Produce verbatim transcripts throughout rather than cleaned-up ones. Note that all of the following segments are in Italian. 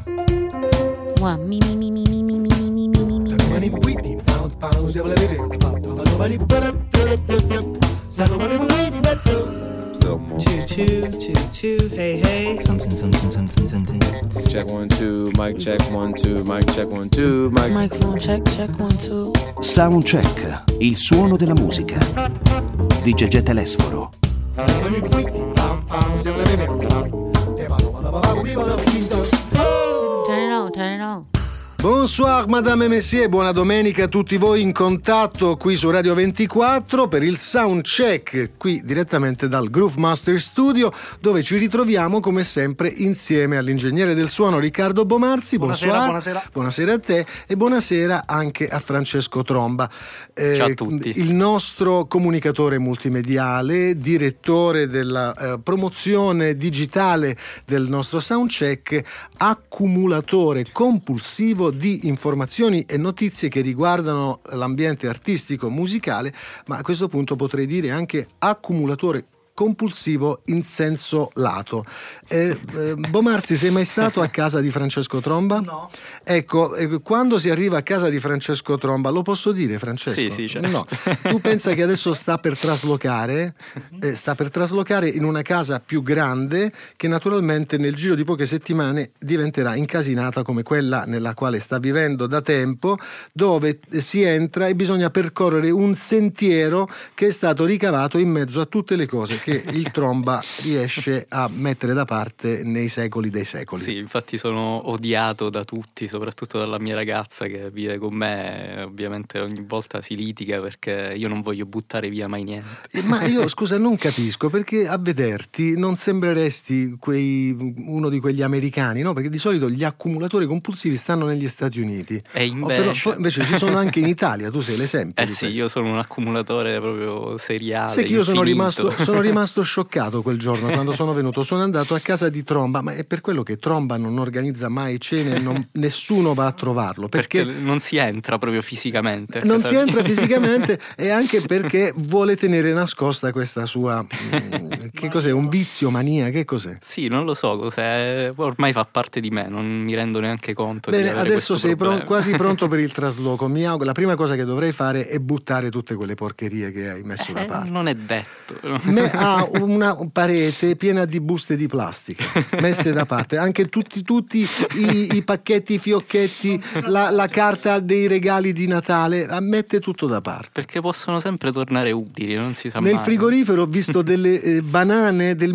Mua, mi mi mi mi mi mi mi mi mi mi mi. Choo choo, choo choo, hey hey. Something, something, something, something. Check one, two, mic check one, two, mic check one, two, mic. Microphone check, check one, two. Soundcheck, il suono della musica di Gegè Telesforo. Turn it on, turn it on. Bonsoir madame et messieurs, buona domenica a tutti voi in contatto qui su Radio ventiquattro per il Soundcheck, qui direttamente dal Groove Master Studio, dove ci ritroviamo come sempre insieme all'ingegnere del suono Riccardo Bomarzi. Buonasera, Bonsoir. buonasera. Buonasera a te e buonasera anche a Francesco Tromba. Eh, Ciao a tutti. Il nostro comunicatore multimediale, direttore della eh, promozione digitale del nostro Soundcheck, accumulatore compulsivo di informazioni e notizie che riguardano l'ambiente artistico musicale, ma a questo punto potrei dire anche accumulatore compulsivo in senso lato. Eh, eh, Bomarzi, sei mai stato a casa di Francesco Tromba? No. Ecco, eh, quando si arriva a casa di Francesco Tromba, lo posso dire, Francesco? Sì, sì, certo. No, tu pensa che adesso sta per traslocare, eh, sta per traslocare in una casa più grande che naturalmente nel giro di poche settimane diventerà incasinata come quella nella quale sta vivendo da tempo, dove si entra e bisogna percorrere un sentiero che è stato ricavato in mezzo a tutte le cose che il Tromba riesce a mettere da parte nei secoli dei secoli. Sì, infatti sono odiato da tutti, soprattutto dalla mia ragazza che vive con me. Ovviamente ogni volta si litiga perché io non voglio buttare via mai niente. Ma io scusa non capisco, perché a vederti non sembreresti quei, uno di quegli americani, no? Perché di solito gli accumulatori compulsivi stanno negli Stati Uniti. E Oh, però, invece... poi invece ci sono anche in Italia, tu sei l'esempio Eh di sì, questo. io sono un accumulatore proprio seriale. Sai che io sono infinito. rimasto, sono rimasto scioccato quel giorno quando sono venuto. Sono andato a casa di Tromba, ma è per quello che Tromba non organizza mai cene, non, nessuno va a trovarlo. Perché, Perché non si entra proprio fisicamente. non Cioè, si entra fisicamente e anche perché vuole tenere nascosta questa sua mm, che cos'è? Un vizio, mania? Che cos'è? Sì, non lo so cos'è. Ormai fa parte di me, non mi rendo neanche conto di Bene, avere adesso questo sei pro- problema. quasi pronto per il trasloco. Mi auguro, la prima cosa che dovrei fare è buttare tutte quelle porcherie che hai messo da Eh, parte. non è detto. Me ha una parete piena di buste di plastica messe da parte, anche tutti, tutti i, i pacchetti, i fiocchetti, la, la carta dei regali di Natale, mette tutto da parte. Perché possono sempre tornare utili, non si sa Nel mai. frigorifero ho visto delle eh, banane del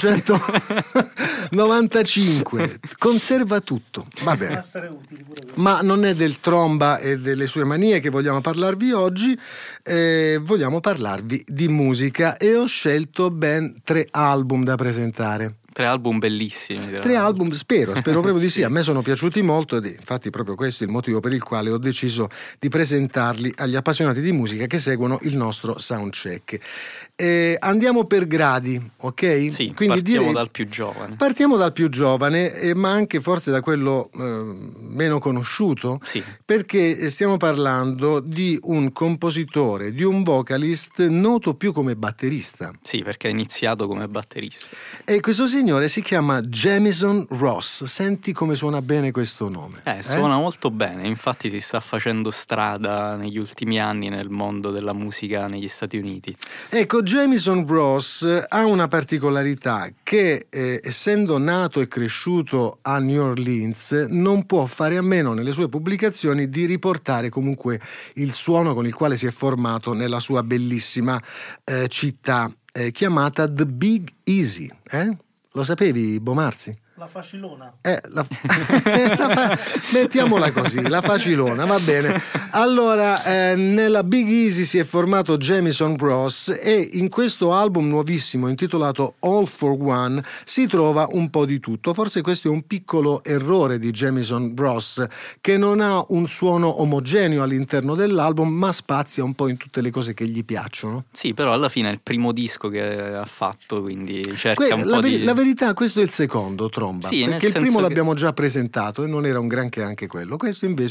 millenovecentonovantacinque, conserva tutto, va bene. Essere utili pure quello. Ma non è del Tromba e delle sue manie che vogliamo parlarvi oggi, eh, vogliamo parlarvi di musica e ho scelto ben tre album da presentare. Tre album bellissimi. tra Tre l'altro. album, spero, spero proprio di sì. Sì. A me sono piaciuti molto ed è infatti proprio questo il motivo per il quale ho deciso di presentarli agli appassionati di musica che seguono il nostro Soundcheck. Eh, andiamo per gradi, ok? Sì, Quindi partiamo direi- dal più giovane. Partiamo dal più giovane, eh, ma anche forse da quello eh, meno conosciuto, Sì. perché stiamo parlando di un compositore, di un vocalist noto più come batterista. Sì, perché ha iniziato come batterista. E questo signore si chiama Jamison Ross. Senti come suona bene questo nome. Eh, suona molto bene, infatti si sta facendo strada negli ultimi anni nel mondo della musica negli Stati Uniti. Ecco, Jamison Ross ha una particolarità che, eh, essendo nato e cresciuto a New Orleans, non può fare a meno nelle sue pubblicazioni di riportare comunque il suono con il quale si è formato nella sua bellissima eh, città eh, chiamata The Big Easy. Eh? Lo sapevi, Bomarzi? La facilona. Eh, la, la fa- mettiamola così, la facilona, va bene. Allora, eh, nella Big Easy si è formato Jamison Ross e in questo album nuovissimo intitolato All for One si trova un po' di tutto. Forse questo è un piccolo errore di Jamison Ross, che non ha un suono omogeneo all'interno dell'album, ma spazia un po' in tutte le cose che gli piacciono. Sì, però alla fine è il primo disco che ha fatto, quindi cerca Que- un la, po' veri- di... la verità, questo è il secondo, Tromba, Sì, nel perché il senso primo che- l'abbiamo già presentato e non era un granché anche quello. Questo invece...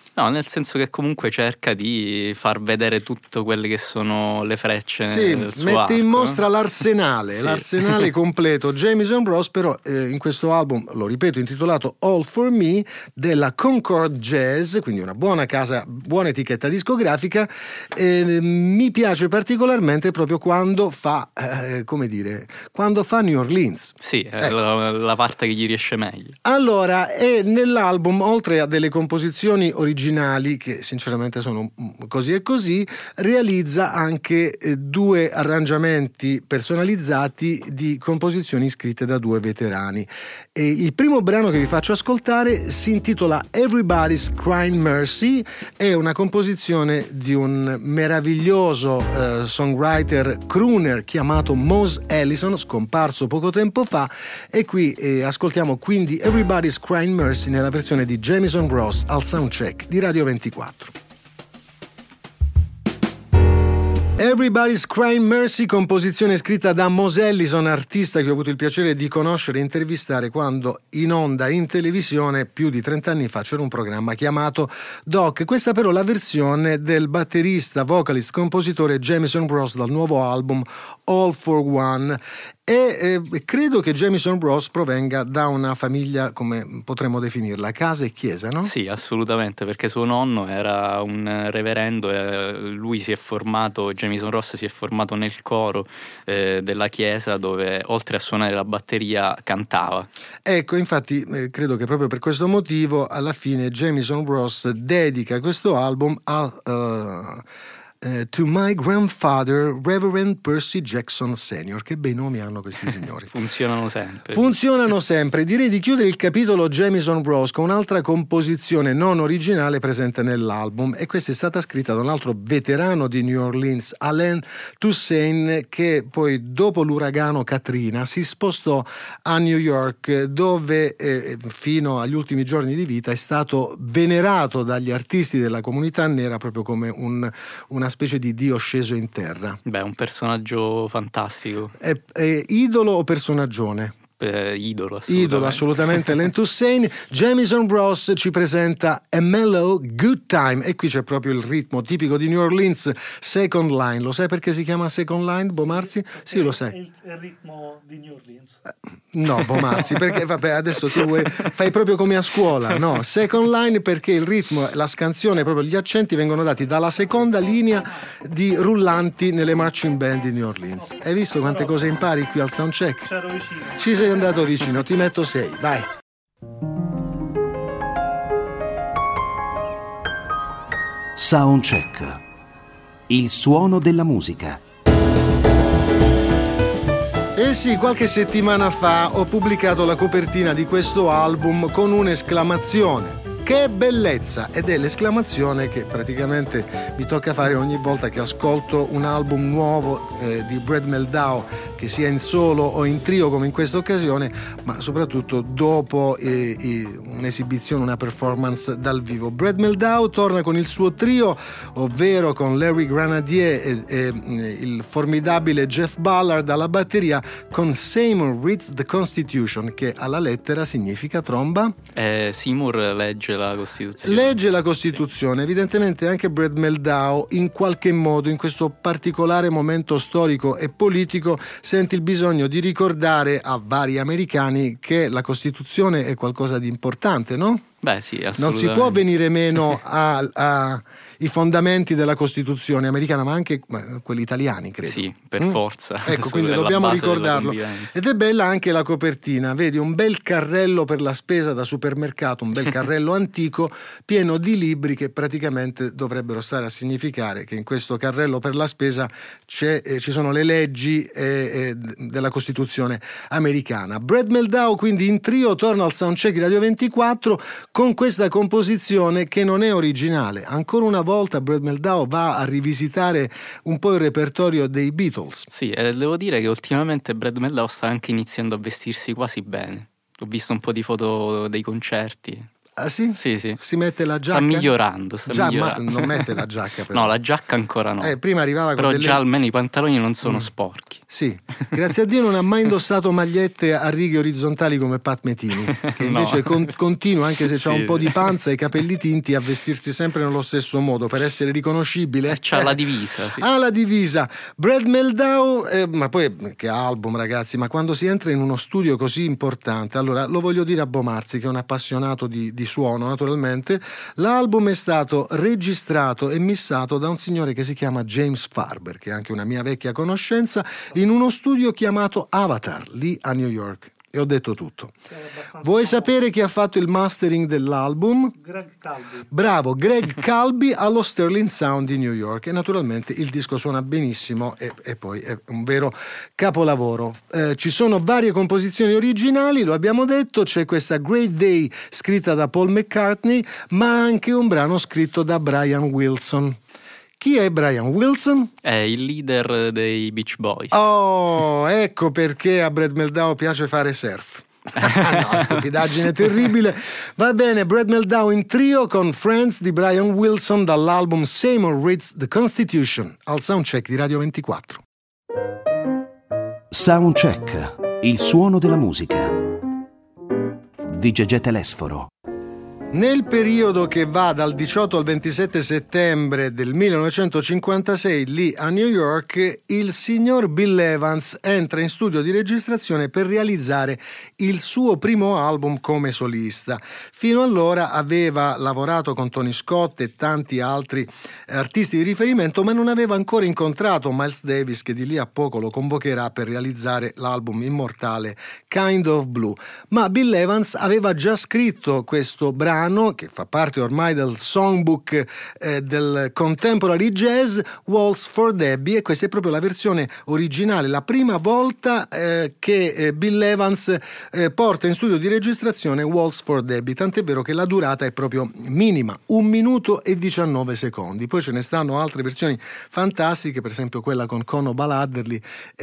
No, nel senso che comunque cerca di far vedere tutto quelle che sono le frecce sì, del suo mette arco, in mostra no? l'arsenale, Sì. l'arsenale completo. Jamison Bros però eh, in questo album, lo ripeto, intitolato All For Me, della Concord Jazz, quindi una buona casa, buona etichetta discografica, eh, mi piace particolarmente proprio quando fa, eh, come dire, quando fa New Orleans. Sì, è Ecco. la, la parte che gli riesce meglio. Allora, e nell'album, oltre a delle composizioni originali, che sinceramente sono così e così, realizza anche eh, due arrangiamenti personalizzati di composizioni scritte da due veterani. E il primo brano che vi faccio ascoltare si intitola Everybody's Crying Mercy, è una composizione di un meraviglioso eh, songwriter crooner chiamato Mose Allison, scomparso poco tempo fa, e qui eh, ascoltiamo quindi Everybody's Crying Mercy nella versione di Jamison Bros al soundcheck di Radio ventiquattro. Everybody's Crying Mercy, composizione scritta da Mose Allison, artista che ho avuto il piacere di conoscere e intervistare quando in onda in televisione più di trenta anni fa c'era un programma chiamato Doc. Questa però è la versione del batterista, vocalist, compositore Jamison Bros dal nuovo album All For One. E eh, credo che Jamison Bros provenga da una famiglia, come potremmo definirla, casa e chiesa, no? Sì, assolutamente, perché suo nonno era un reverendo e lui si è formato, Jamison Bros si è formato nel coro eh, della chiesa, dove oltre a suonare la batteria cantava. Ecco, infatti eh, credo che proprio per questo motivo alla fine Jamison Bros dedica questo album a uh, Uh, to my grandfather, Reverend Percy Jackson Senior. Che bei nomi hanno questi signori. Funzionano sempre. Funzionano sempre. Direi di chiudere il capitolo Jamison Bros con un'altra composizione non originale presente nell'album, e questa è stata scritta da un altro veterano di New Orleans, Alain Toussaint, che poi dopo l'uragano Katrina si spostò a New York, dove eh, fino agli ultimi giorni di vita è stato venerato dagli artisti della comunità nera proprio come un, una specie di dio sceso in terra. Beh, un personaggio fantastico. È, è idolo o personaggione? Eh, idolo, assolutamente. Idolo, assolutamente. Alain Toussaint. Jamison Bros ci presenta A Mellow Good Time, e qui c'è proprio il ritmo tipico di New Orleans, second line. Lo sai perché si chiama second line, Bomarzi? Sì, lo sai. È il, è il ritmo di New Orleans. No, Bomarzi, perché vabbè, adesso tu vuoi, fai proprio come a scuola. No, second line perché il ritmo, la scansione, proprio gli accenti vengono dati dalla seconda linea di rullanti nelle marching band di New Orleans. Hai visto quante cose impari qui al soundcheck? C'ero vicino. Ci sei andato vicino, ti metto sei, vai. Soundcheck. Il suono della musica. Eh sì, qualche settimana fa ho pubblicato la copertina di questo album con un'esclamazione. Che bellezza! Ed è l'esclamazione che praticamente mi tocca fare ogni volta che ascolto un album nuovo eh, di Brad Mehldau, che sia in solo o in trio come in questa occasione, ma soprattutto dopo eh, eh, un'esibizione, una performance dal vivo. Brad Mehldau torna con il suo trio, ovvero con Larry Grenadier e, e, e il formidabile Jeff Ballard alla batteria, con Seymour reads the Constitution, che alla lettera significa tromba? Eh, Seymour legge la Costituzione. Legge la Costituzione. Evidentemente anche Brad Mehldau in qualche modo in questo particolare momento storico e politico sente il bisogno di ricordare a vari americani che la Costituzione è qualcosa di importante, no? Beh sì, Non assolutamente. si può venire meno ai fondamenti della Costituzione americana, ma anche ma, quelli italiani, credo. Sì, per Mm? forza. Ecco, quindi Sulla dobbiamo base della ricordarlo. convivenza. Ed è bella anche la copertina, vedi un bel carrello per la spesa da supermercato, un bel carrello antico pieno di libri che praticamente dovrebbero stare a significare che in questo carrello per la spesa c'è, eh, ci sono le leggi eh, eh, della Costituzione americana. Brad Mehldau quindi in trio torna al soundcheck di Radio ventiquattro con questa composizione che non è originale. Ancora una volta Brad Mehldau va a rivisitare un po' il repertorio dei Beatles. Sì, e devo dire che ultimamente Brad Mehldau sta anche iniziando a vestirsi quasi bene. Ho visto un po' di foto dei concerti. Ah sì? Sì, sì. Si mette la giacca? Sta migliorando, sta Già, migliorando. ma non mette la giacca però. No, la giacca ancora no. Eh, prima arrivava con Però delle... già almeno i pantaloni non sono Mm. sporchi. Sì, grazie a Dio non ha mai indossato magliette a righe orizzontali come Pat Metini, che invece No. con- continua, anche se Sì. ha un po' di panza e i capelli tinti, a vestirsi sempre nello stesso modo per essere riconoscibile. E c'ha la divisa, sì. Ah, la divisa. Brad Meldau, eh, ma poi che album, ragazzi, ma quando si entra in uno studio così importante, allora lo voglio dire a Bomarzi, che è un appassionato di, di suono, naturalmente, l'album è stato registrato e missato da un signore che si chiama James Farber, che è anche una mia vecchia conoscenza, in uno studio chiamato Avatar, lì a New York. E ho detto tutto. Che è abbastanza Vuoi famoso. sapere chi ha fatto il mastering dell'album? Greg Calvi. Bravo, Greg Calbi allo Sterling Sound di New York, e naturalmente il disco suona benissimo e, e poi è un vero capolavoro. Eh, ci sono varie composizioni originali, lo abbiamo detto, c'è questa Great Day scritta da Paul McCartney, ma anche un brano scritto da Brian Wilson. Chi è Brian Wilson? È il leader dei Beach Boys. Oh, ecco perché a Brad Meldau piace fare surf. No, stupidaggine terribile. Va bene, Brad Meldau in trio con Friends di Brian Wilson dall'album Seymour Reads The Constitution al Soundcheck di Radio ventiquattro. Soundcheck, il suono della musica di Gegè Telesforo. Nel periodo che va dal diciotto al ventisette settembre del millenovecentocinquantasei lì a New York, il signor Bill Evans entra in studio di registrazione per realizzare il suo primo album come solista. Fino allora aveva lavorato con Tony Scott e tanti altri artisti di riferimento, ma non aveva ancora incontrato Miles Davis, che di lì a poco lo convocherà per realizzare l'album immortale Kind of Blue. Ma Bill Evans aveva già scritto questo brano, che fa parte ormai del songbook eh, del contemporary jazz, Waltz for Debbie, e questa è proprio la versione originale, la prima volta eh, che eh, Bill Evans eh, porta in studio di registrazione Waltz for Debbie, tant'è vero che la durata è proprio minima, un minuto e diciannove secondi. Poi ce ne stanno altre versioni fantastiche, per esempio quella con Conor Ball-Adderley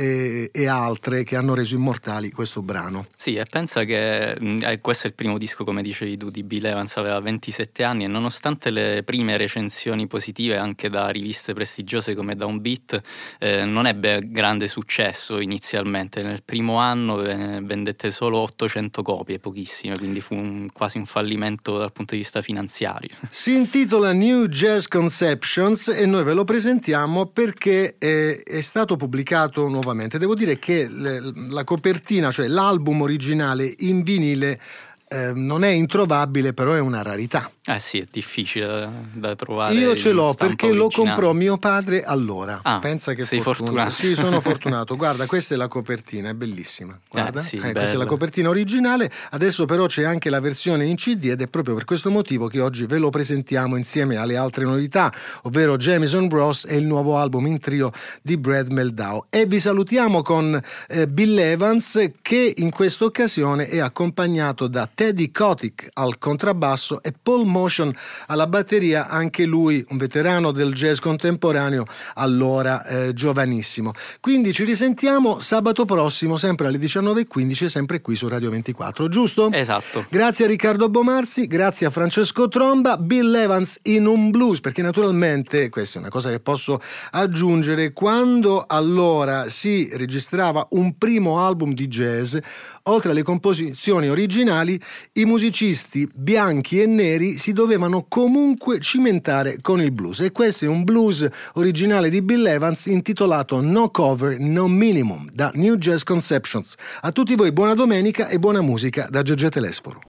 e, e altre, che hanno reso immortali questo brano. Sì, e pensa che mh, eh, questo è il primo disco, come dicevi tu, di Bill Evans. Aveva ventisette anni e nonostante le prime recensioni positive anche da riviste prestigiose come Downbeat, eh, non ebbe grande successo inizialmente. Nel primo anno eh, vendette solo ottocento copie, pochissime, quindi fu un, quasi un fallimento dal punto di vista finanziario. Si intitola New Jazz Conceptions e noi ve lo presentiamo perché è, è stato pubblicato nuovamente. Devo dire che le, la copertina, cioè l'album originale in vinile, Eh, non è introvabile, però è una rarità. Eh sì, è difficile da, da trovare. Io ce in l'ho stampa perché lo originale. comprò mio padre allora. Ah, Pensa che sei fortuna. fortunato. Sì, sono fortunato. Guarda, questa è la copertina, è bellissima. Guarda, Eh, sì, eh, questa è la bella. copertina originale. Adesso però c'è anche la versione in C D ed è proprio per questo motivo che oggi ve lo presentiamo insieme alle altre novità, ovvero Jamison Bros e il nuovo album in trio di Brad Meldau. E vi salutiamo con eh, Bill Evans, che in questa occasione è accompagnato da Teddy Kotick al contrabbasso e Paul Motion alla batteria, anche lui un veterano del jazz contemporaneo, allora eh, giovanissimo. Quindi ci risentiamo sabato prossimo, sempre alle diciannove e quindici, sempre qui su Radio ventiquattro, giusto? Esatto. Grazie a Riccardo Bomarzi, grazie a Francesco Tromba. Bill Evans in un blues, perché naturalmente questa è una cosa che posso aggiungere: quando allora si registrava un primo album di jazz, oltre alle composizioni originali, i musicisti bianchi e neri si dovevano comunque cimentare con il blues, e questo è un blues originale di Bill Evans intitolato No Cover, No Minimum, da New Jazz Conceptions. A tutti voi buona domenica e buona musica da Gegè Telesforo.